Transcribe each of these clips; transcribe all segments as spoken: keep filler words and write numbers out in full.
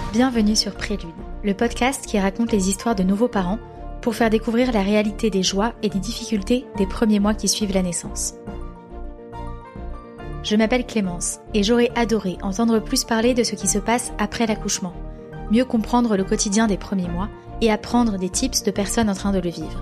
Bienvenue sur Prélude, le podcast qui raconte les histoires de nouveaux parents pour faire découvrir la réalité des joies et des difficultés des premiers mois qui suivent la naissance. Je m'appelle Clémence et j'aurais adoré entendre plus parler de ce qui se passe après l'accouchement, mieux comprendre le quotidien des premiers mois et apprendre des tips de personnes en train de le vivre.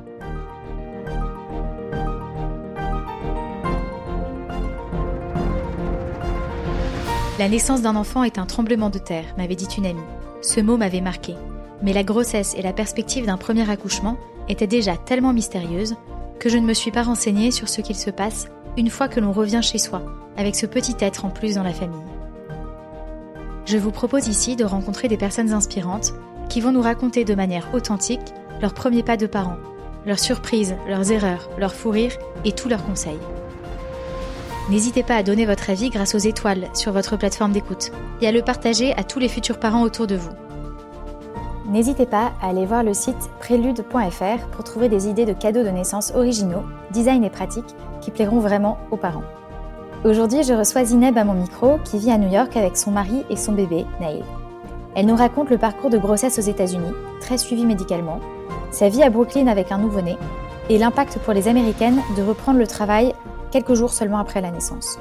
La naissance d'un enfant est un tremblement de terre, m'avait dit une amie. Ce mot m'avait marqué. Mais la grossesse et la perspective d'un premier accouchement étaient déjà tellement mystérieuses que je ne me suis pas renseignée sur ce qu'il se passe une fois que l'on revient chez soi, avec ce petit être en plus dans la famille. Je vous propose ici de rencontrer des personnes inspirantes qui vont nous raconter de manière authentique leurs premiers pas de parents, leurs surprises, leurs erreurs, leurs fous rires et tous leurs conseils. N'hésitez pas à donner votre avis grâce aux étoiles sur votre plateforme d'écoute et à le partager à tous les futurs parents autour de vous. N'hésitez pas à aller voir le site prélude point f r pour trouver des idées de cadeaux de naissance originaux, design et pratiques qui plairont vraiment aux parents. Aujourd'hui, je reçois Zineb à mon micro qui vit à New York avec son mari et son bébé, Neil. Elle nous raconte le parcours de grossesse aux États-Unis, très suivi médicalement, sa vie à Brooklyn avec un nouveau-né et l'impact pour les Américaines de reprendre le travail quelques jours seulement après la naissance.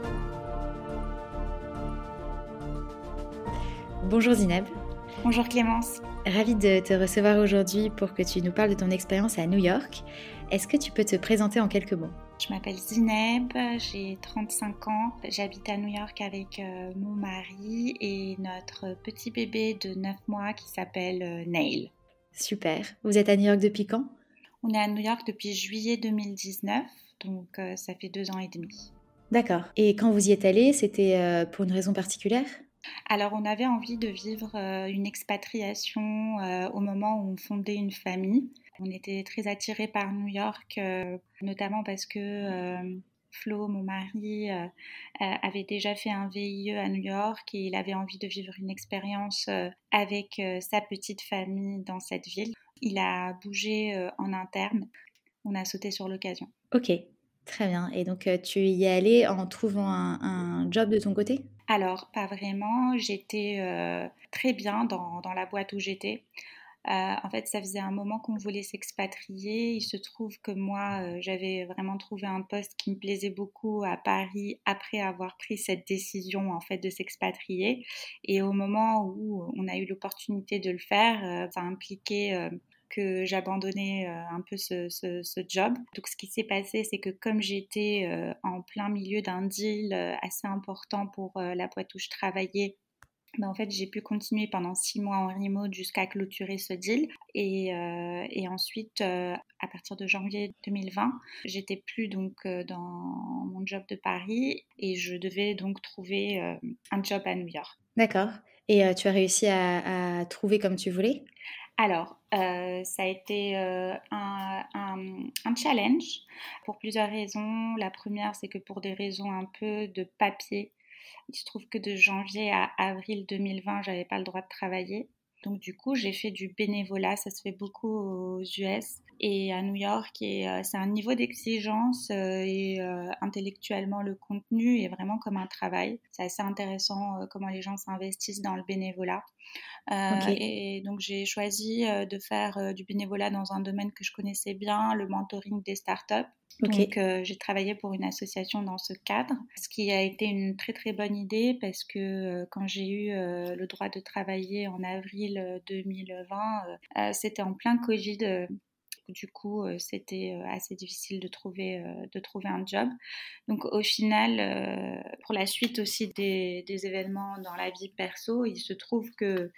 Bonjour Zineb. Bonjour Clémence. Ravie de te recevoir aujourd'hui pour que tu nous parles de ton expérience à New York. Est-ce que tu peux te présenter en quelques mots ? Je m'appelle Zineb, j'ai trente-cinq ans, j'habite à New York avec euh, mon mari et notre petit bébé de neuf mois qui s'appelle euh, Neil. Super. Vous êtes à New York depuis quand ? On est à New York depuis juillet deux mille dix-neuf, donc euh, ça fait deux ans et demi. D'accord. Et quand vous y êtes allé, c'était euh, pour une raison particulière ? Alors, on avait envie de vivre euh, une expatriation euh, au moment où on fondait une famille. On était très attirés par New York, euh, notamment parce que euh, Flo, mon mari, euh, euh, avait déjà fait un V I E à New York et il avait envie de vivre une expérience euh, avec euh, sa petite famille dans cette ville. Il a bougé euh, en interne. On a sauté sur l'occasion. Ok, très bien. Et donc, euh, tu y es allée en trouvant un, un job de ton côté ? Alors, pas vraiment. J'étais euh, très bien dans, dans la boîte où j'étais. Euh, en fait, ça faisait un moment qu'on voulait s'expatrier. Il se trouve que moi, euh, j'avais vraiment trouvé un poste qui me plaisait beaucoup à Paris après avoir pris cette décision en fait de s'expatrier. Et au moment où on a eu l'opportunité de le faire, euh, ça impliquait euh, que j'abandonnais euh, un peu ce, ce, ce job. Donc, ce qui s'est passé, c'est que comme j'étais euh, en plein milieu d'un deal euh, assez important pour euh, la boîte où je travaillais, ben en fait, j'ai pu continuer pendant six mois en remote jusqu'à clôturer ce deal. Et, euh, et ensuite, euh, à partir de janvier deux mille vingt, j'étais plus donc euh, dans mon job de Paris et je devais donc trouver euh, un job à New York. D'accord. Et euh, tu as réussi à, à trouver comme tu voulais ? Alors, euh, ça a été euh, un, un, un challenge pour plusieurs raisons. La première, c'est que pour des raisons un peu de papier, il se trouve que de janvier à avril deux mille vingt, j'avais pas le droit de travailler. Donc du coup, j'ai fait du bénévolat, ça se fait beaucoup aux U S et à New York. Et euh, c'est un niveau d'exigence euh, et euh, intellectuellement, le contenu est vraiment comme un travail. C'est assez intéressant euh, comment les gens s'investissent dans le bénévolat. Euh, Ok. et donc j'ai choisi euh, de faire euh, du bénévolat dans un domaine que je connaissais bien, le mentoring des startups. Ok. Donc euh, j'ai travaillé pour une association dans ce cadre, ce qui a été une très très bonne idée parce que euh, quand j'ai eu euh, le droit de travailler en avril deux mille vingt, euh, c'était en plein Covid. Euh, du coup, euh, c'était euh, assez difficile de trouver, euh, de trouver un job. Donc au final, euh, pour la suite aussi des, des événements dans la vie perso, il se trouve que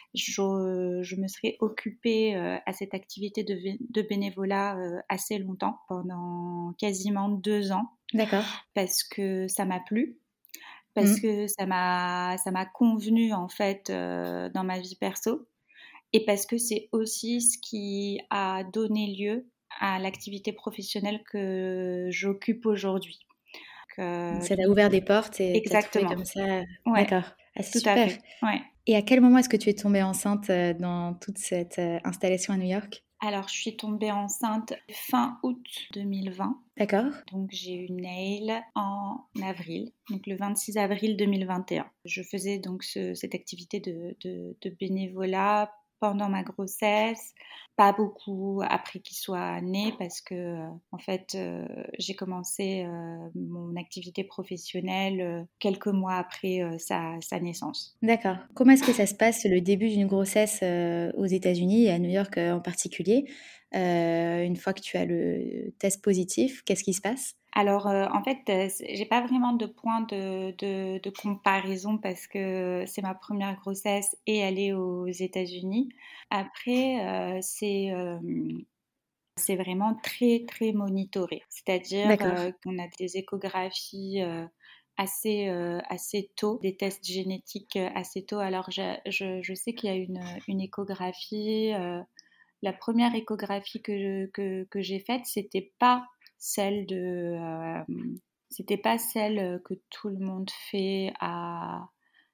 je, je me serais occupée euh, à cette activité de, de bénévolat euh, assez longtemps, pendant quasiment deux ans. D'accord. Parce que ça m'a plu. Parce mmh. que ça m'a, ça m'a convenu en fait euh, dans ma vie perso. Et parce que c'est aussi ce qui a donné lieu à l'activité professionnelle que j'occupe aujourd'hui. Que... Ça t'a ouvert des portes et t'as trouvé comme ça. Ouais, d'accord. Ah, tout super. à fait. Ouais. Et à quel moment est-ce que tu es tombée enceinte dans toute cette installation à New York ? Alors, je suis tombée enceinte fin août deux mille vingt. D'accord. Donc, j'ai eu Nail en avril, donc le vingt-six avril deux mille vingt et un. Je faisais donc ce, cette activité de, de, de bénévolat pendant ma grossesse, pas beaucoup après qu'il soit né parce que euh, en fait euh, j'ai commencé euh, mon activité professionnelle euh, quelques mois après euh, sa, sa naissance. D'accord. Comment est-ce que ça se passe le début d'une grossesse euh, aux États-Unis et à New York euh, en particulier? Euh, une fois que tu as le test positif, qu'est-ce qui se passe? Alors, euh, en fait, euh, c'est- j'ai pas vraiment de point de, de, de comparaison parce que c'est ma première grossesse et elle est aux États-Unis. Après, euh, c'est euh, c'est vraiment très, très monitoré. C'est-à-dire D'accord. euh, qu'on a des échographies euh, assez, euh, assez tôt, des tests génétiques euh, assez tôt. Alors, je, je, je sais qu'il y a une, une échographie. Euh, la première échographie que, je- que, que j'ai faite, c'était pas celle de, euh, c'était pas celle que tout le monde fait à,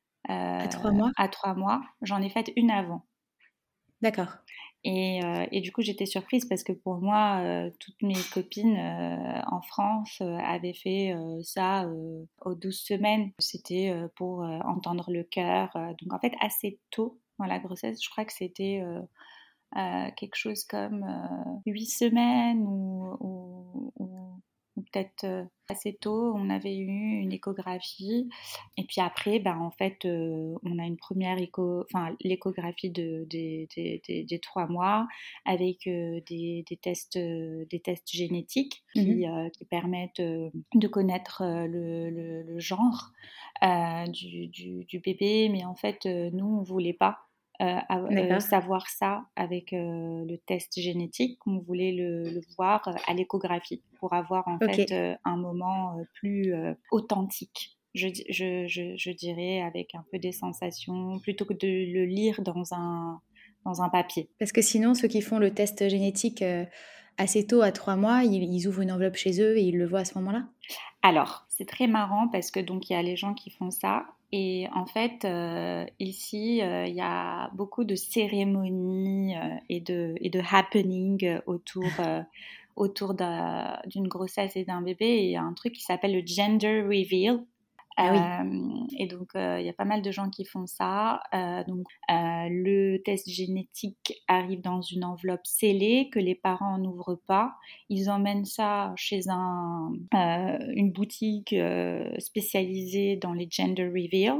À euh, trois mois? à trois mois. J'en ai faite une avant. D'accord. Et, euh, et du coup, j'étais surprise parce que pour moi, euh, toutes mes copines euh, en France euh, avaient fait euh, ça euh, aux douze semaines. C'était euh, pour euh, entendre le cœur. Euh, donc en fait, assez tôt dans la grossesse, je crois que c'était euh, euh, quelque chose comme euh, huit semaines ou, ou, ou- ou peut-être euh, assez tôt, on avait eu une échographie. Et puis après, ben, en fait, euh, on a une première écho, enfin, l'échographie de, des, des, des- des trois mois avec euh, des, des tests, euh, des tests génétiques qui, Mhm. euh, qui permettent euh, de connaître euh, le, le- le genre euh, du, du- du bébé. Mais en fait, euh, nous, on voulait pas euh, à- euh, D'accord. savoir ça avec euh, le test génétique. On voulait le, le voir euh, à l'échographie pour avoir en Ok. fait euh, un moment euh, plus euh, authentique. Je, di- je, je, je dirais avec un peu des sensations plutôt que de le lire dans un, dans un papier. Parce que sinon, ceux qui font le test génétique euh, assez tôt, à trois mois, ils, ils ouvrent une enveloppe chez eux et ils le voient à ce moment-là? Alors, c'est très marrant parce que donc il y a les gens qui font ça et en fait euh, ici euh, il y a beaucoup de cérémonies euh, et de et de happening autour euh, autour d'un- d'une grossesse et d'un bébé et il y a un truc qui s'appelle le gender reveal. Ah oui. Euh, et donc, euh, il y a pas mal de gens qui font ça. Euh, donc, euh, le test génétique arrive dans une enveloppe scellée que les parents n'ouvrent pas. Ils emmènent ça chez un, euh, une boutique euh, spécialisée dans les gender reveal.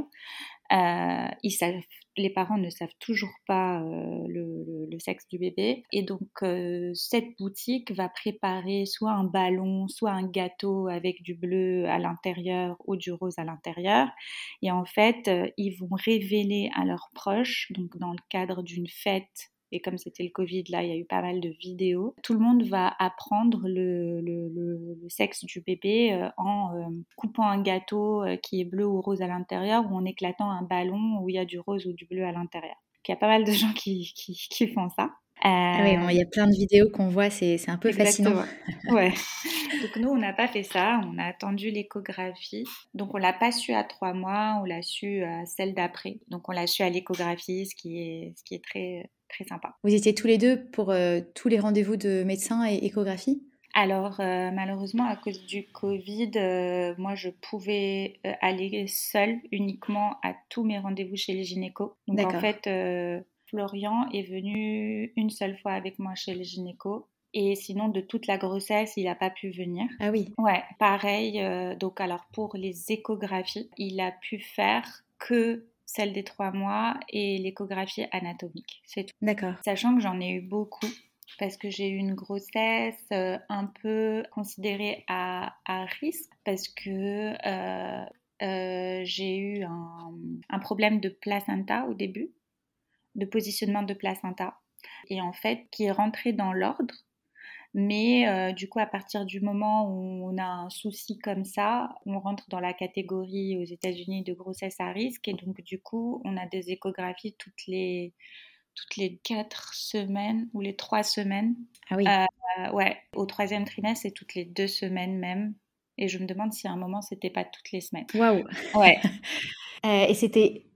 Euh, ils savent, les parents ne savent toujours pas euh, le, le, le, sexe du bébé. Et donc, euh, cette boutique va préparer soit un ballon, soit un gâteau avec du bleu à l'intérieur ou du rose à l'intérieur. Et en fait, euh, ils vont révéler à leurs proches, donc dans le cadre d'une fête, et comme c'était le Covid, là, il y a eu pas mal de vidéos. Tout le monde va apprendre le, le, le, le sexe du bébé euh, en euh, coupant un gâteau euh, qui est bleu ou rose à l'intérieur ou en éclatant un ballon où il y a du rose ou du bleu à l'intérieur. Il y a pas mal de gens qui, qui, qui font ça. Ah oui, bon, Euh, il y a plein de vidéos qu'on voit, c'est, c'est un peu fascinant. exactement. Ouais. Donc nous, on n'a pas fait ça. On a attendu l'échographie. Donc on l'a pas su à trois mois. On l'a su à celle d'après. Donc on l'a su à l'échographie, ce qui est, ce qui est très, très sympa. Vous étiez tous les deux pour euh, tous les rendez-vous de médecin et échographie? Alors, euh, malheureusement, à cause du Covid, euh, moi, je pouvais euh, aller seule uniquement à tous mes rendez-vous chez les gynécos. Donc, en D'accord. fait, euh, Florian est venu une seule fois avec moi chez les gynécos. Et sinon, de toute la grossesse, il n'a pas pu venir. Ah oui, Ouais, pareil. euh, donc, alors, pour les échographies, il a pu faire que celle des trois mois et l'échographie anatomique. C'est tout. d'accord. Sachant que j'en ai eu beaucoup parce que j'ai eu une grossesse euh, un peu considérée à, à risque parce que euh, euh, j'ai eu un, un problème de placenta au début, de positionnement de placenta, et en fait qui est rentré dans l'ordre. Mais euh, du coup, à partir du moment où on a un souci comme ça, on rentre dans la catégorie aux États-Unis de grossesse à risque. Et donc, du coup, on a des échographies toutes les, toutes les quatre semaines ou les trois semaines. Ah oui. Euh, ouais, au troisième trimestre, c'est toutes les deux semaines même. Et je me demande si à un moment, c'était pas toutes les semaines. Waouh. Ouais. Euh, et c'était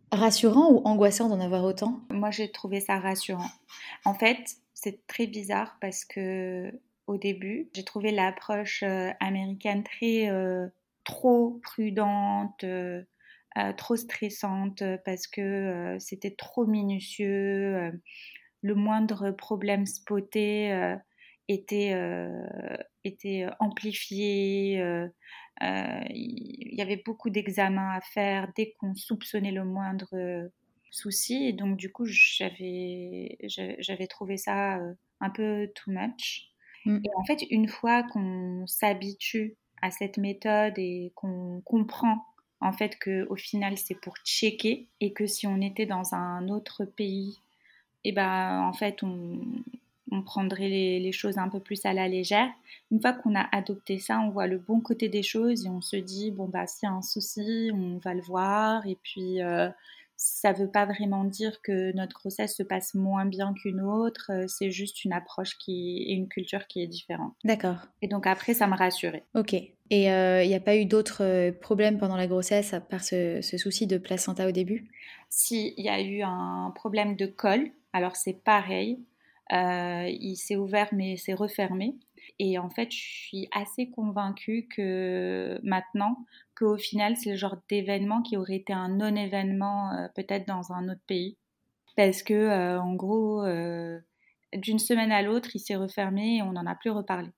Rassurant ou angoissant d'en avoir autant? Moi, j'ai trouvé ça rassurant. En fait, c'est très bizarre parce que au début, j'ai trouvé l'approche euh, américaine très euh, trop prudente, euh, euh, trop stressante euh, parce que euh, c'était trop minutieux. Euh, le moindre problème spoté euh, était, euh, était amplifié. Euh, euh, il y avait beaucoup d'examens à faire dès qu'on soupçonnait le moindre euh, souci. Et donc, du coup, j'avais, j'avais trouvé ça euh, un peu too much. Mm. Et en fait, une fois qu'on s'habitue à cette méthode et qu'on comprend en fait que au final c'est pour checker et que si on était dans un autre pays et ben en fait on, on prendrait les, les choses un peu plus à la légère. Une fois qu'on a adopté ça, on voit le bon côté des choses et on se dit bon bah s'il y a un souci, on va le voir et puis euh, ça veut pas vraiment dire que notre grossesse se passe moins bien qu'une autre, euh, c'est juste une approche qui et une culture qui est différente. D'accord. Et donc après ça me rassurait. Ok. Et il n'y a pas eu d'autres euh, problèmes pendant la grossesse à part ce, ce souci de placenta au début? S'il y a eu un problème de col, alors c'est pareil. Euh, il s'est ouvert mais c'est refermé. Et en fait, je suis assez convaincue que maintenant, qu'au final, c'est le genre d'événement qui aurait été un non-événement euh, peut-être dans un autre pays. Parce que, euh, en gros, euh, d'une semaine à l'autre, il s'est refermé et on n'en a plus reparlé.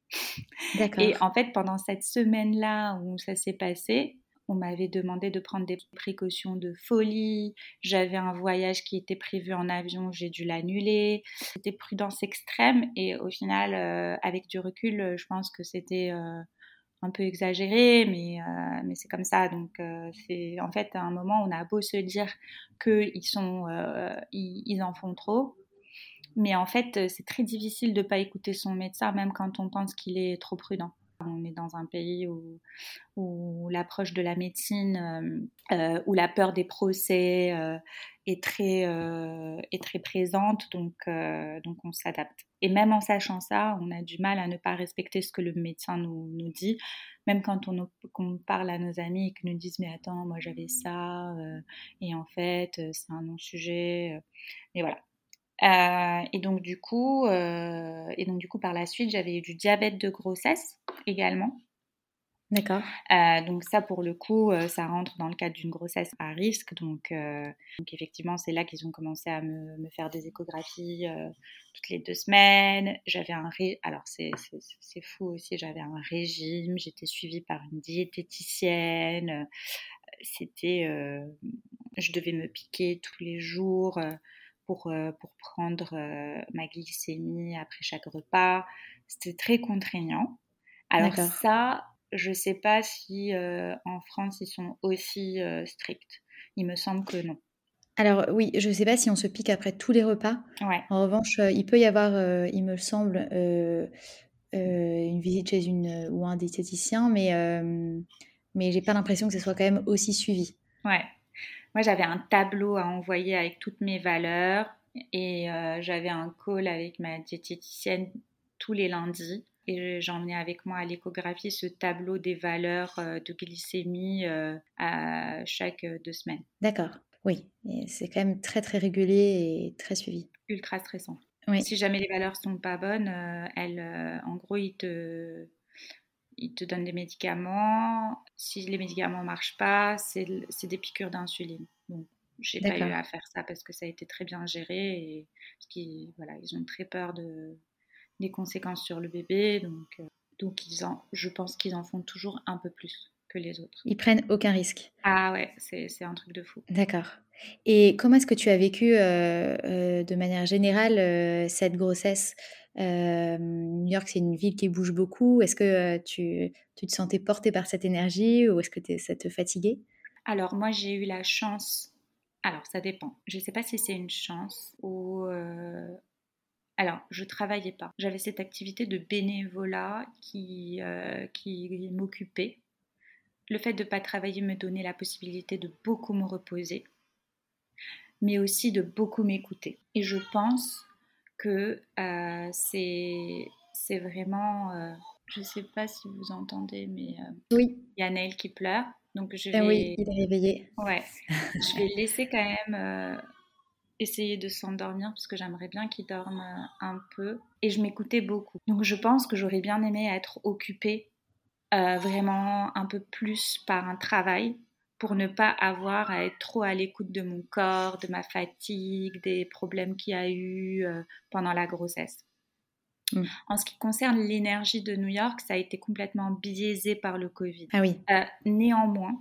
Et D'accord. en fait, pendant cette semaine-là où ça s'est passé, on m'avait demandé de prendre des précautions de folie. J'avais un voyage qui était prévu en avion, j'ai dû l'annuler. C'était prudence extrême et au final, euh, avec du recul, je pense que c'était euh, un peu exagéré, mais, euh, mais c'est comme ça. Donc, euh, c'est en fait à un moment, on a beau se dire qu'ils sont, euh, ils, ils en font trop. Mais en fait, c'est très difficile de ne pas écouter son médecin, même quand on pense qu'il est trop prudent. On est dans un pays où, où l'approche de la médecine, euh, euh, où la peur des procès euh, est, très, euh, est très présente, donc, euh, donc on s'adapte. Et même en sachant ça, on a du mal à ne pas respecter ce que le médecin nous, nous dit, même quand on, qu'on parle à nos amis et qu'ils nous disent « mais attends, moi j'avais ça, euh, et en fait, c'est un non-sujet. » Et voilà. Euh, et donc du coup, euh, et donc du coup par la suite, j'avais eu du diabète de grossesse également. D'accord. Euh, donc ça, pour le coup, euh, ça rentre dans le cadre d'une grossesse à risque. Donc, euh, donc effectivement, c'est là qu'ils ont commencé à me, me faire des échographies euh, toutes les deux semaines. J'avais un ré... alors c'est, c'est, c'est fou aussi. J'avais un régime. J'étais suivie par une diététicienne. C'était, euh, je devais me piquer tous les jours. Euh, pour, euh, pour prendre euh, ma glycémie après chaque repas. C'était très contraignant. Alors D'accord. ça, je ne sais pas si euh, en France ils sont aussi euh, stricts. Il me semble que non. Alors oui, je ne sais pas si on se pique après tous les repas. Ouais. En revanche, euh, il peut y avoir, euh, il me semble, euh, euh, une visite chez une ou un diététicien, mais, euh, mais j'ai pas l'impression que ce soit quand même aussi suivi. Ouais. Moi, j'avais un tableau à envoyer avec toutes mes valeurs et euh, j'avais un call avec ma diététicienne tous les lundis. Et j'emmenais avec moi à l'échographie ce tableau des valeurs euh, de glycémie euh, à chaque euh, deux semaines. D'accord, oui, et c'est quand même très très régulier et très suivi. Ultra stressant. Oui, Si jamais les valeurs sont pas bonnes, euh, elles, euh, en gros, ils te, ils te donnent des médicaments. Si les médicaments ne marchent pas, c'est, c'est des piqûres d'insuline. Donc, j'ai pas eu d'accord. à faire ça parce que ça a été très bien géré et parce qu'ils, voilà, ils ont très peur de, des conséquences sur le bébé. Donc, euh, donc ils en, je pense qu'ils en font toujours un peu plus que les autres. Ils prennent aucun risque. Ah ouais, c'est, c'est un truc de fou. D'accord. Et comment est-ce que tu as vécu, heu heu, de manière générale, heu, cette grossesse? Hem, New York, c'est une ville qui bouge beaucoup. Est-ce que, heu, tu tu te sentais portée par cette énergie ou est-ce que tu ça te fatiguait? Alors moi j'ai eu la chance, alors ça dépend, je ne sais pas si c'est une chance ou... euh, Alors je travaillais pas, j'avais cette activité de bénévolat qui, euh, qui m'occupait. Le fait de ne pas travailler me donnait la possibilité de beaucoup me reposer, mais aussi de beaucoup m'écouter. Et je pense que euh, c'est, c'est vraiment... euh, je ne sais pas si vous entendez, mais euh, Oui. il y a Naël qui pleure. Donc je Ah oui, vais, il est réveillé. ouais, je vais laisser quand même euh, essayer de s'endormir parce que j'aimerais bien qu'il dorme euh, un peu. Et je m'écoutais beaucoup. Donc je pense que j'aurais bien aimé être occupée euh, vraiment un peu plus par un travail pour ne pas avoir à être trop à l'écoute de mon corps, de ma fatigue, des problèmes qu'il y a eu euh, pendant la grossesse. Mm. En ce qui concerne l'énergie de New York, ça a été complètement biaisé par le Covid. Ah oui. Euh, néanmoins,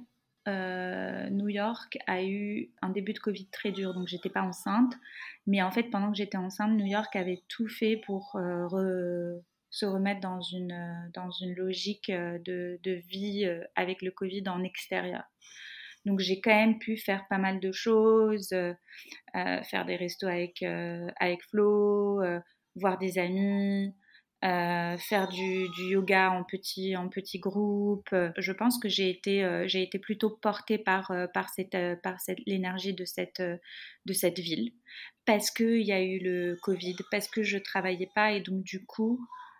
euh, New York a eu un début de Covid très dur, donc j'étais pas enceinte. Mais en fait, pendant que j'étais enceinte, New York avait tout fait pour euh, re- se remettre dans une, euh, dans une logique euh, de, de vie euh, avec le Covid en extérieur. Donc j'ai quand même pu faire pas mal de choses, euh, euh, faire des restos avec, euh, avec Flo, euh, voir des amis, euh, faire du, du yoga en petit, en petit groupe. Je pense que j'ai été, euh, j'ai été plutôt portée par, euh, par, cette, euh, par cette, l'énergie de cette, euh, de cette ville. Parce qu'il y a eu le Covid, parce que je ne travaillais pas et donc du coup,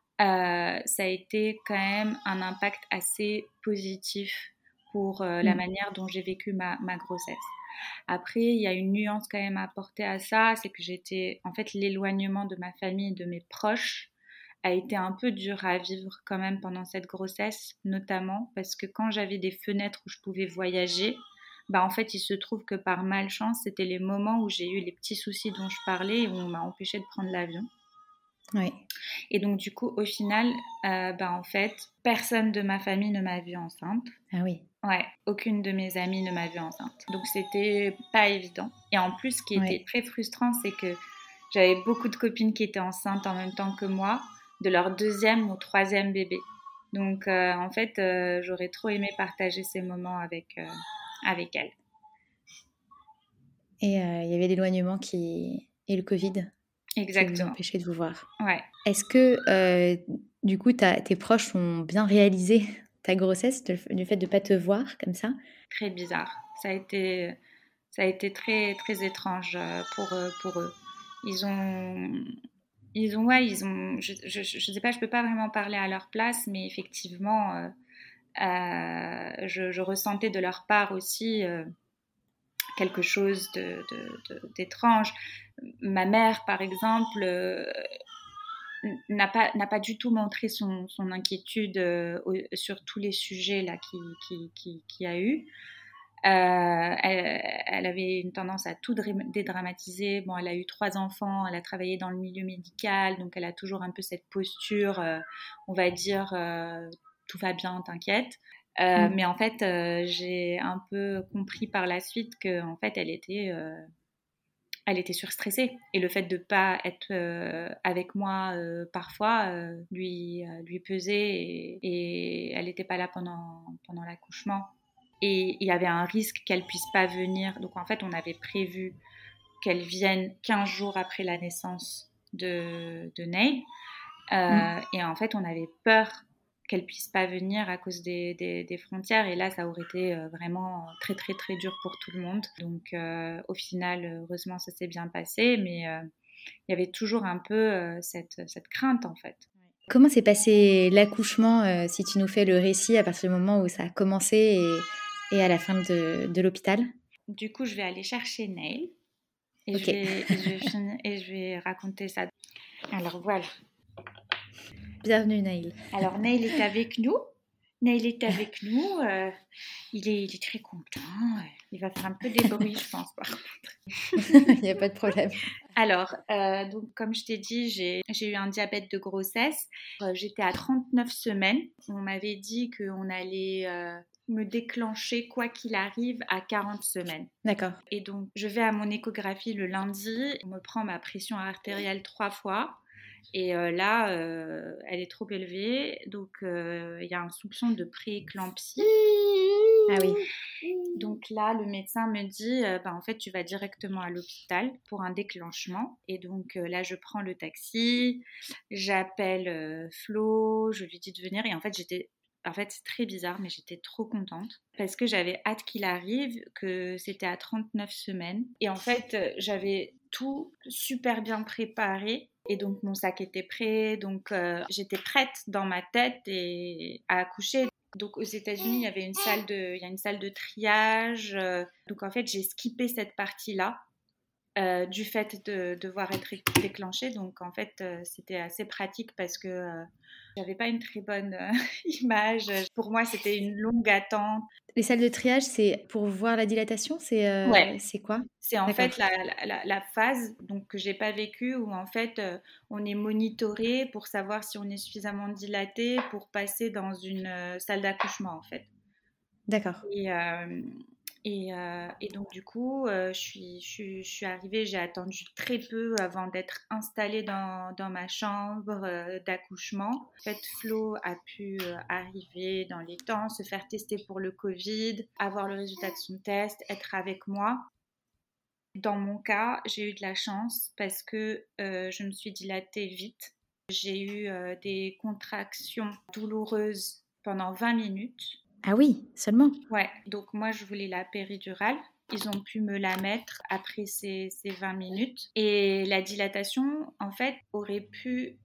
euh, ça a été quand même un impact assez positif pour euh, la Mm. manière dont j'ai vécu ma, ma grossesse. Après, il y a une nuance quand même à apporter à ça, c'est que j'étais, en fait, l'éloignement de ma famille, de mes proches, a été un peu dur à vivre quand même pendant cette grossesse, notamment parce que quand j'avais des fenêtres où je pouvais voyager, bah en fait, il se trouve que par malchance, c'était les moments où j'ai eu les petits soucis dont je parlais et où on m'a empêché de prendre l'avion. Oui. Et donc, du coup, au final, euh, bah, en fait, personne de ma famille ne m'a vue enceinte. Ah oui. Ouais, aucune de mes amies ne m'a vue enceinte. Donc, c'était pas évident. Et en plus, ce qui était Ouais. très frustrant, c'est que j'avais beaucoup de copines qui étaient enceintes en même temps que moi, de leur deuxième ou troisième bébé. Donc, euh, en fait, euh, j'aurais trop aimé partager ces moments avec, euh, avec elles. Et euh, il y avait l'éloignement qui... et le Covid qui vous Exactement. empêchait de vous voir. Ouais. Est-ce que, euh, du coup, ta- tes proches ont bien réalisé ta grossesse, de- du fait de ne pas te voir comme ça? Très bizarre. Ça a été, ça a été très, très étrange euh, pour, eux- pour eux. Ils ont, ils ont, ouais, ils ont, je, je, je sais pas, je peux pas vraiment parler à leur place, mais effectivement, euh, euh, je, je ressentais de leur part aussi euh, quelque chose de, de- de- d'étrange. Ma mère, par exemple, euh, n'a pas, n'a pas du tout montré son, son inquiétude euh, au- sur tous les sujets là qui, qui, qui, qui a eu. Euh, elle, elle avait une tendance à tout dédramatiser. Bon, elle a eu trois enfants, elle a travaillé dans le milieu médical, donc elle a toujours un peu cette posture, euh, on va dire, euh, tout va bien, t'inquiète. Euh, Mm. mais en fait, euh, j'ai un peu compris par la suite que, en fait, elle était, euh, elle était surstressée. Et le fait de ne pas être euh, avec moi euh, parfois euh, lui, euh, lui pesait et, et elle n'était pas là pendant, pendant l'accouchement. Et il y avait un risque qu'elle puisse pas venir. Donc en fait, on avait prévu qu'elle vienne quinze jours après la naissance de, de Ney. Mm. Euh, et en fait, on avait peur qu'elle puisse pas venir à cause des, des, des frontières. Et là, ça aurait été euh, vraiment très, très, très dur pour tout le monde. Donc euh, au final, heureusement, ça s'est bien passé. Mais euh, il y avait toujours un peu euh, cette, cette crainte, en fait. Comment s'est passé l'accouchement, euh, si tu nous fais le récit à partir du moment où ça a commencé et, et à la fin de, de l'hôpital? Du coup, je vais aller chercher Neil. Et je Ok. vais, et je vais finir, et je vais raconter ça. Alors voilà. Bienvenue Naïl. Alors Neil est avec nous. Neil est avec nous. Euh, il, est, il est très content. Il va faire un peu des bruits, je pense, par contre. Il n'y a pas de problème. Alors, euh, donc, comme je t'ai dit, j'ai, j'ai eu un diabète de grossesse. Euh, j'étais à trente-neuf semaines. On m'avait dit qu'on allait euh, me déclencher, quoi qu'il arrive, à quarante semaines. D'accord. Et donc, je vais à mon échographie le lundi. On me prend ma pression artérielle trois fois. Et euh, là, euh, elle est trop élevée. Donc, euh, il y a un soupçon de prééclampsie. Ah oui. Donc là, le médecin me dit, euh, bah, en fait, tu vas directement à l'hôpital pour un déclenchement. Et donc euh, là, je prends le taxi, j'appelle euh, Flo, je lui dis de venir. Et en fait, j'étais... En fait, c'est très bizarre, mais j'étais trop contente parce que j'avais hâte qu'il arrive, que c'était à trente-neuf semaines. Et en fait, euh, j'avais tout super bien préparé. Et donc, mon sac était prêt. Donc, euh, j'étais prête dans ma tête et à accoucher. Donc aux États-Unis, il y avait une salle de, il y a une salle de triage. euh, donc en fait, j'ai skippé cette partie-là. Euh, du fait de devoir être déclenchée. Donc, en fait, euh, c'était assez pratique parce que euh, j'avais pas une très bonne euh, image. Pour moi, c'était une longue attente. Les salles de triage, c'est pour voir la dilatation? C'est Ouais, euh, c'est quoi? c'est en D'accord. fait la, la, la phase donc, que j'ai pas vécue où en fait euh, on est monitoré pour savoir si on est suffisamment dilaté pour passer dans une euh, salle d'accouchement en fait. D'accord. Et, euh, et, euh, et donc, du coup, euh, je, suis, je, suis, je suis arrivée, j'ai attendu très peu avant d'être installée dans, dans ma chambre euh, d'accouchement. En fait, Flo a pu euh, arriver dans les temps, se faire tester pour le Covid, avoir le résultat de son test, être avec moi. Dans mon cas, j'ai eu de la chance parce que euh, je me suis dilatée vite. J'ai eu euh, des contractions douloureuses pendant vingt minutes. Ah oui, seulement? Ouais, donc moi je voulais la péridurale. Ils ont pu me la mettre après ces, ces vingt minutes. Et la dilatation, en fait, aurait pu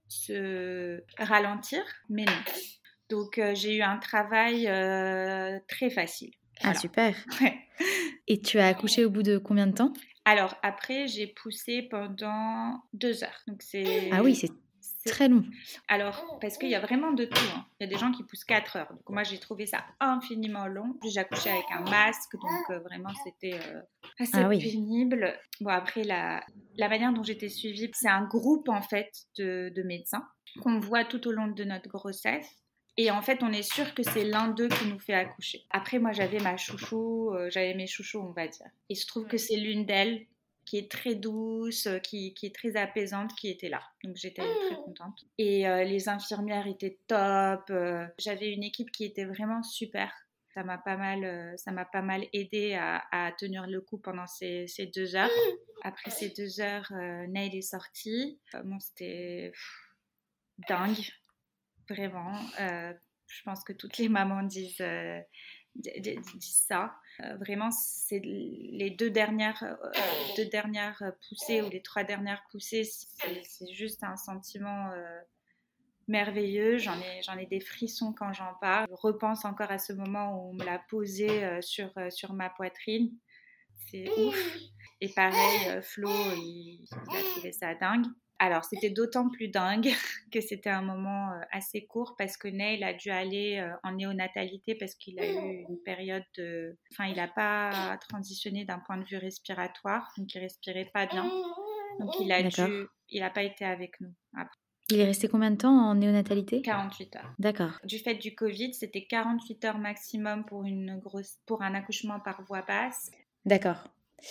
se ralentir, mais non. Donc euh, j'ai eu un travail euh, très facile. Ah Voilà. super. Ouais. Et tu as accouché au bout de combien de temps? Alors après, j'ai poussé pendant deux heures. Donc c'est... Ah oui, c'est c'est- très long. Alors, parce qu'il y a vraiment de tout. Hein. Il y a des gens qui poussent quatre heures. Donc moi, j'ai trouvé ça infiniment long. Puis j'ai accouché avec un masque. Donc euh, vraiment, c'était euh, assez Ah oui. pénible. Bon, après, la, la manière dont j'étais suivie, c'est un groupe en fait de, de médecins qu'on voit tout au long de notre grossesse. Et en fait, on est sûr que c'est l'un d'eux qui nous fait accoucher. Après, moi, j'avais ma chouchou, euh, j'avais mes chouchous, on va dire. Il se trouve que c'est l'une d'elles qui est très douce, euh, qui, qui est très apaisante, qui était là. Donc, j'étais très contente. Et euh, les infirmières étaient top. euh, j'avais une équipe qui était vraiment super. Ça m'a pas mal, euh, ça m'a pas mal aidé à, à tenir le coup pendant ces, ces deux heures. Après ces deux heures, euh, Neil est sorti. Euh, bon, c'était pff, dingue. Vraiment, euh, je pense que toutes les mamans disent, euh, d- d- disent ça. Euh, vraiment, c'est les deux dernières, euh, deux dernières poussées ou les trois dernières poussées, c'est, c'est juste un sentiment euh, merveilleux. J'en ai, j'en ai des frissons quand j'en parle. Je repense encore à ce moment où on me l'a posé euh, sur, euh, sur ma poitrine. C'est ouf. Et pareil, euh, Flo, il, il a trouvé ça dingue. Alors, c'était d'autant plus dingue que c'était un moment euh, assez court parce que Neil a dû aller euh, en néonatalité parce qu'il a eu une période de... Enfin, il n'a pas transitionné d'un point de vue respiratoire, donc il respirait pas bien. Donc, il a D'accord. dû... Il n'a pas été avec nous après. Il est resté combien de temps en néonatalité? quarante-huit heures. D'accord. Du fait du Covid, c'était quarante-huit heures maximum pour, une grosse... pour un accouchement par voie basse. D'accord.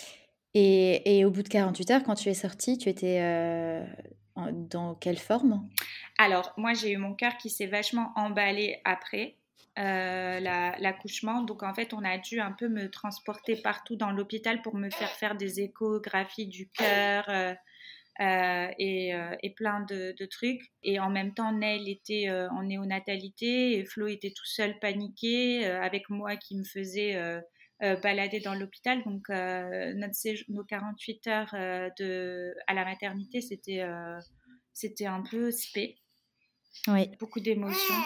Et, et au bout de quarante-huit heures, quand tu es sortie, tu étais euh, en- dans quelle forme? Alors, moi, j'ai eu mon cœur qui s'est vachement emballé après euh, la- l'accouchement. Donc, en fait, on a dû un peu me transporter partout dans l'hôpital pour me faire faire des échographies du cœur euh, euh, et, euh, et plein de, de trucs. Et en même temps, Neil était euh, en néonatalité et Flo était tout seul paniqué euh, avec moi qui me faisait... Euh, euh, balader dans l'hôpital. Donc, euh, notre séjour, nos quarante-huit heures euh, de, à la maternité, c'était, euh, c'était un peu spé. Oui. Beaucoup d'émotions,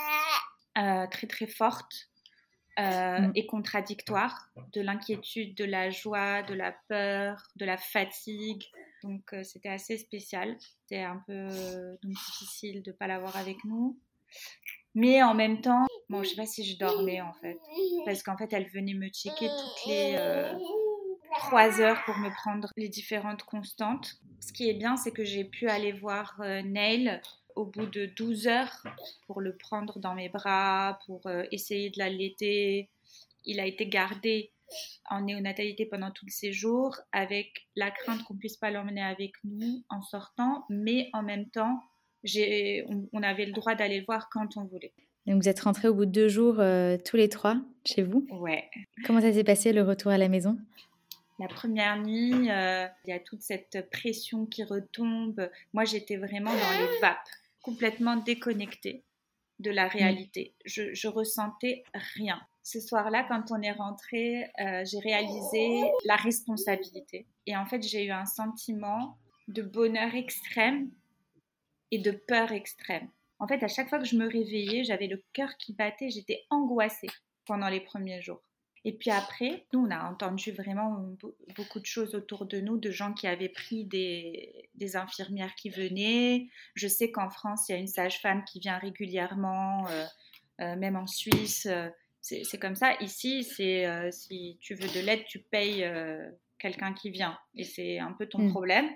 euh, très très fortes euh, Mm. et contradictoires, de l'inquiétude, de la joie, de la peur, de la fatigue. Donc euh, c'était assez spécial. C'était un peu euh, donc, difficile de ne pas l'avoir avec nous. Mais en même temps, bon, je ne sais pas si je dormais en fait. Parce qu'en fait, elle venait me checker toutes les euh, trois heures pour me prendre les différentes constantes. Ce qui est bien, c'est que j'ai pu aller voir euh, Neil au bout de douze heures pour le prendre dans mes bras, pour euh, essayer de l'allaiter. Il a été gardé en néonatalité pendant tout le séjour avec la crainte qu'on ne puisse pas l'emmener avec nous en sortant, mais en même temps, j'ai, on, on avait le droit d'aller le voir quand on voulait. Donc vous êtes rentrés au bout de deux jours euh, tous les trois chez vous. Ouais. Comment ça s'est passé le retour à la maison? La première nuit, euh, il y a toute cette pression qui retombe. Moi, j'étais vraiment dans les vapes, complètement déconnectée de la réalité. Mm. Je, je ressentais rien. Ce soir-là, quand on est rentré, euh, j'ai réalisé la responsabilité. Et en fait, j'ai eu un sentiment de bonheur extrême et de peur extrême. En fait, à chaque fois que je me réveillais, j'avais le cœur qui battait, j'étais angoissée pendant les premiers jours. Et puis après, nous, on a entendu vraiment beaucoup de choses autour de nous, de gens qui avaient pris des, des infirmières qui venaient. Je sais qu'en France, il y a une sage-femme qui vient régulièrement, euh, euh, même en Suisse. Euh, c'est, c'est comme ça. Ici, c'est, euh, si tu veux de l'aide, tu payes euh, quelqu'un qui vient. Et c'est un peu ton mmh. problème.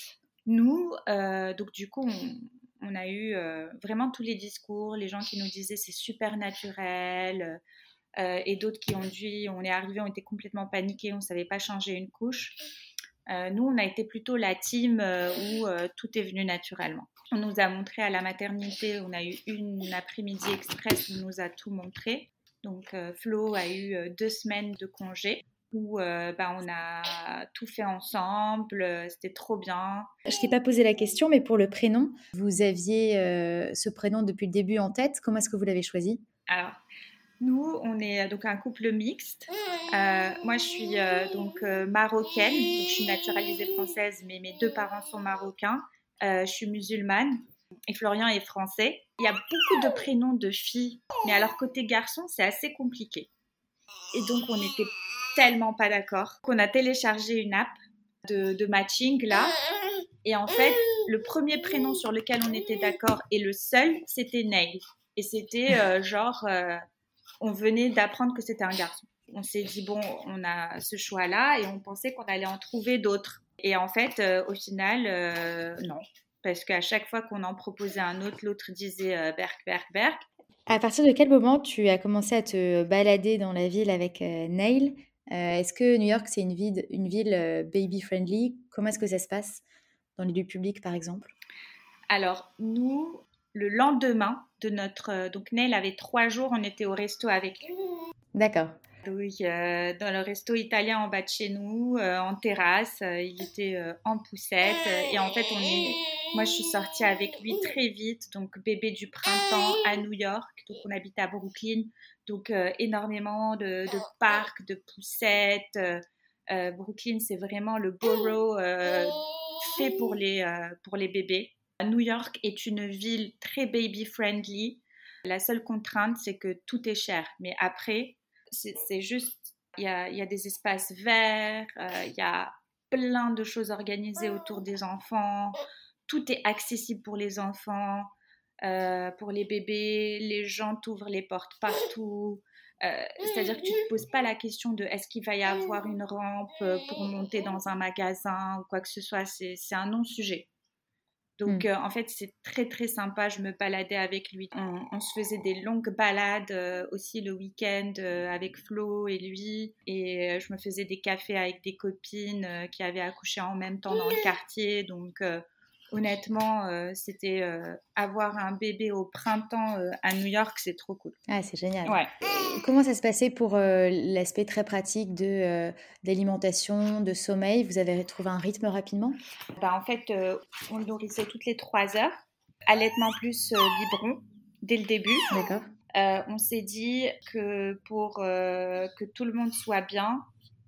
Nous, euh, donc du coup, on, on a eu euh, vraiment tous les discours, les gens qui nous disaient c'est super naturel. Euh, et d'autres qui ont dit, on est arrivé, on était complètement paniqués, on ne savait pas changer une couche. Euh, nous, on a été plutôt la team euh, où euh, tout est venu naturellement. On nous a montré à la maternité, on a eu une après-midi express où on nous a tout montré. Donc, euh, Flo a eu euh, deux semaines de congé où euh, bah, on a tout fait ensemble, euh, c'était trop bien. Je ne t'ai pas posé la question, mais pour le prénom, vous aviez euh, ce prénom depuis le début en tête. Comment est-ce que vous l'avez choisi ? Alors, nous, on est donc un couple mixte. Euh, moi, je suis euh, donc euh, marocaine, donc je suis naturalisée française, mais mes deux parents sont marocains. Euh, je suis musulmane et Florian est français. Il y a beaucoup de prénoms de filles, mais alors côté garçon, c'est assez compliqué. Et donc, on n'était tellement pas d'accord qu'on a téléchargé une app de, de matching là. Et en fait, le premier prénom sur lequel on était d'accord et le seul, c'était Neil. Et c'était euh, genre... Euh, on venait d'apprendre que c'était un garçon. On s'est dit, bon, on a ce choix-là et on pensait qu'on allait en trouver d'autres. Et en fait, euh, au final, euh, non. Parce qu'à chaque fois qu'on en proposait un autre, l'autre disait euh, Berk, Berk, Berk. À partir de quel moment tu as commencé à te balader dans la ville avec euh, Neil ? euh, Est-ce que New York, c'est une ville, une ville euh, baby-friendly ? Comment est-ce que ça se passe dans les lieux publics, par exemple ? Alors, nous... Le lendemain de notre... Donc, Neil avait trois jours, on était au resto avec lui. D'accord. Oui, euh, dans le resto italien en bas de chez nous, euh, en terrasse. Euh, il était euh, en poussette. Euh, et en fait, on est... moi, je suis sortie avec lui très vite. Donc, bébé du printemps à New York. Donc, on habite à Brooklyn. Donc, euh, énormément de, de parcs, de poussettes. Euh, euh, Brooklyn, c'est vraiment le borough euh, fait pour les, euh, pour les bébés. New York est une ville très baby-friendly. La seule contrainte, c'est que tout est cher. Mais après, c'est, c'est juste, il y a, y a des espaces verts, il euh, y a plein de choses organisées autour des enfants. Tout est accessible pour les enfants, euh, pour les bébés. Les gens t'ouvrent les portes partout. Euh, c'est-à-dire que tu ne te poses pas la question de est-ce qu'il va y avoir une rampe pour monter dans un magasin ou quoi que ce soit. C'est, c'est un non-sujet. Donc, mmh. euh, en fait, c'est très, très sympa. Je me baladais avec lui. On, on se faisait des longues balades euh, aussi le week-end euh, avec Flo et lui. Et euh, je me faisais des cafés avec des copines euh, qui avaient accouché en même temps dans le quartier. Donc, euh, honnêtement, euh, c'était euh, avoir un bébé au printemps euh, à New York, c'est trop cool. Ah, c'est génial. Ouais. Comment ça se passait pour euh, l'aspect très pratique de, euh, d'alimentation, de sommeil ? Vous avez trouvé un rythme rapidement ? Ben, en fait, euh, on le nourrissait toutes les trois heures. Allaitement plus euh, biberon dès le début. D'accord. Euh, on s'est dit que pour euh, que tout le monde soit bien,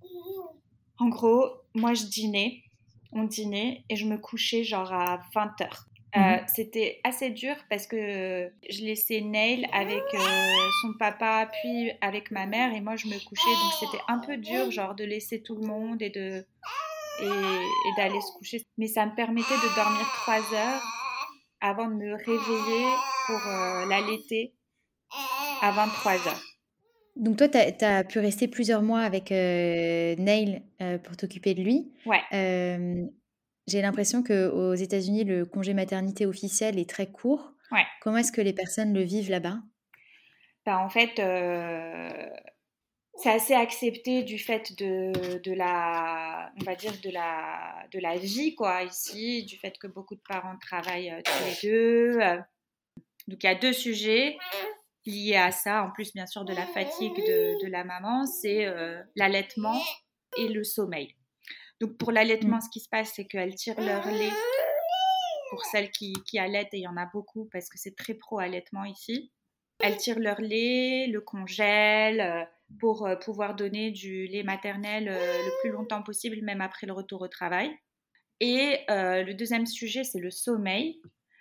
en gros, moi je dînais, on dînait et je me couchais genre à vingt heures. Euh, mmh. C'était assez dur parce que je laissais Neil avec euh, son papa puis avec ma mère et moi je me couchais, donc c'était un peu dur genre de laisser tout le monde et, de, et, et d'aller se coucher. Mais ça me permettait de dormir trois heures avant de me réveiller pour euh, l'allaiter à vingt-trois heures. Donc toi, tu as pu rester plusieurs mois avec euh, Neil euh, pour t'occuper de lui. Ouais. Euh, j'ai l'impression qu'aux États-Unis, le congé maternité officiel est très court. Ouais. Comment est-ce que les personnes le vivent là-bas ? Ben, en fait, euh, c'est assez accepté du fait de, de la, on va dire de la, de la vie quoi ici, du fait que beaucoup de parents travaillent euh, tous les deux. Donc il y a deux sujets liés à ça, en plus bien sûr de la fatigue de, de la maman, c'est euh, l'allaitement et le sommeil. Donc pour l'allaitement, mmh. ce qui se passe, c'est qu'elles tirent leur lait. Pour celles qui, qui allaitent, et il y en a beaucoup parce que c'est très pro-allaitement ici. Elles tirent leur lait, le congèlent pour euh, pouvoir donner du lait maternel euh, le plus longtemps possible, même après le retour au travail. Et euh, le deuxième sujet, c'est le sommeil.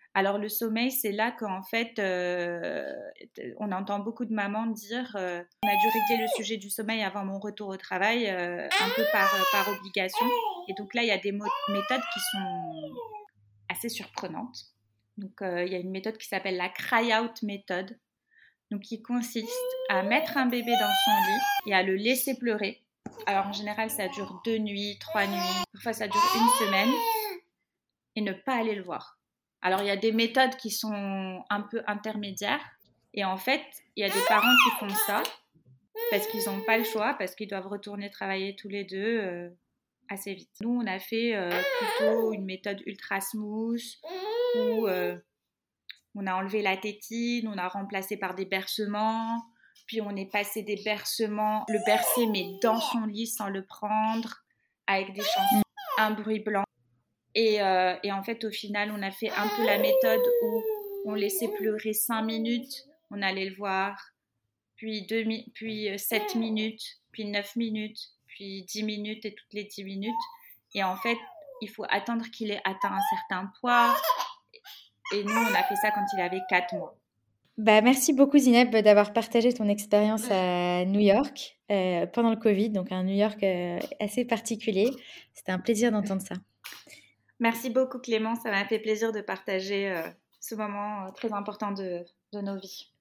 Alors le sommeil, c'est là qu'en fait, euh, on entend beaucoup de mamans dire euh, on a dû régler le sujet du sommeil avant mon retour au travail, euh, un peu par, par obligation. Et donc là, il y a des mo- méthodes qui sont assez surprenantes. Donc euh, il y a une méthode qui s'appelle la cry-out méthode, donc qui consiste à mettre un bébé dans son lit et à le laisser pleurer. Alors en général, ça dure deux nuits, trois nuits, parfois ça dure une semaine, et ne pas aller le voir. Alors, il y a des méthodes qui sont un peu intermédiaires. Et en fait, il y a des parents qui font ça parce qu'ils n'ont pas le choix, parce qu'ils doivent retourner travailler tous les deux euh, assez vite. Nous, on a fait euh, plutôt une méthode ultra smooth où euh, on a enlevé la tétine, on a remplacé par des bercements, puis on est passé des bercements, le bercer mais dans son lit sans le prendre, avec des chansons, un bruit blanc. Et, euh, et en fait, au final, on a fait un peu la méthode où on laissait pleurer cinq minutes, on allait le voir, puis, deux, puis sept minutes, puis neuf minutes, puis dix minutes et toutes les dix minutes. Et en fait, il faut attendre qu'il ait atteint un certain poids. Et nous, on a fait ça quand il avait quatre mois. Bah, merci beaucoup Zineb d'avoir partagé ton expérience à New York euh, pendant le Covid, donc un New York euh, assez particulier. C'était un plaisir d'entendre ça. Merci beaucoup Clément, ça m'a fait plaisir de partager euh, ce moment euh, très important de, de nos vies.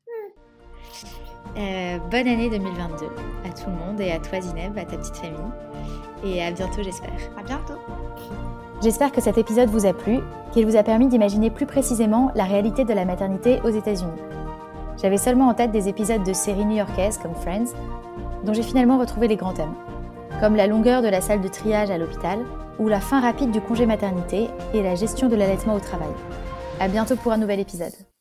Euh, bonne année deux mille vingt-deux à tout le monde et à toi Zineb, à ta petite famille. Et à bientôt j'espère. À bientôt. J'espère que cet épisode vous a plu, qu'il vous a permis d'imaginer plus précisément la réalité de la maternité aux États-Unis. J'avais seulement en tête des épisodes de séries new-yorkaises comme Friends, dont j'ai finalement retrouvé les grands thèmes, comme la longueur de la salle de triage à l'hôpital, ou la fin rapide du congé maternité et la gestion de l'allaitement au travail. À bientôt pour un nouvel épisode.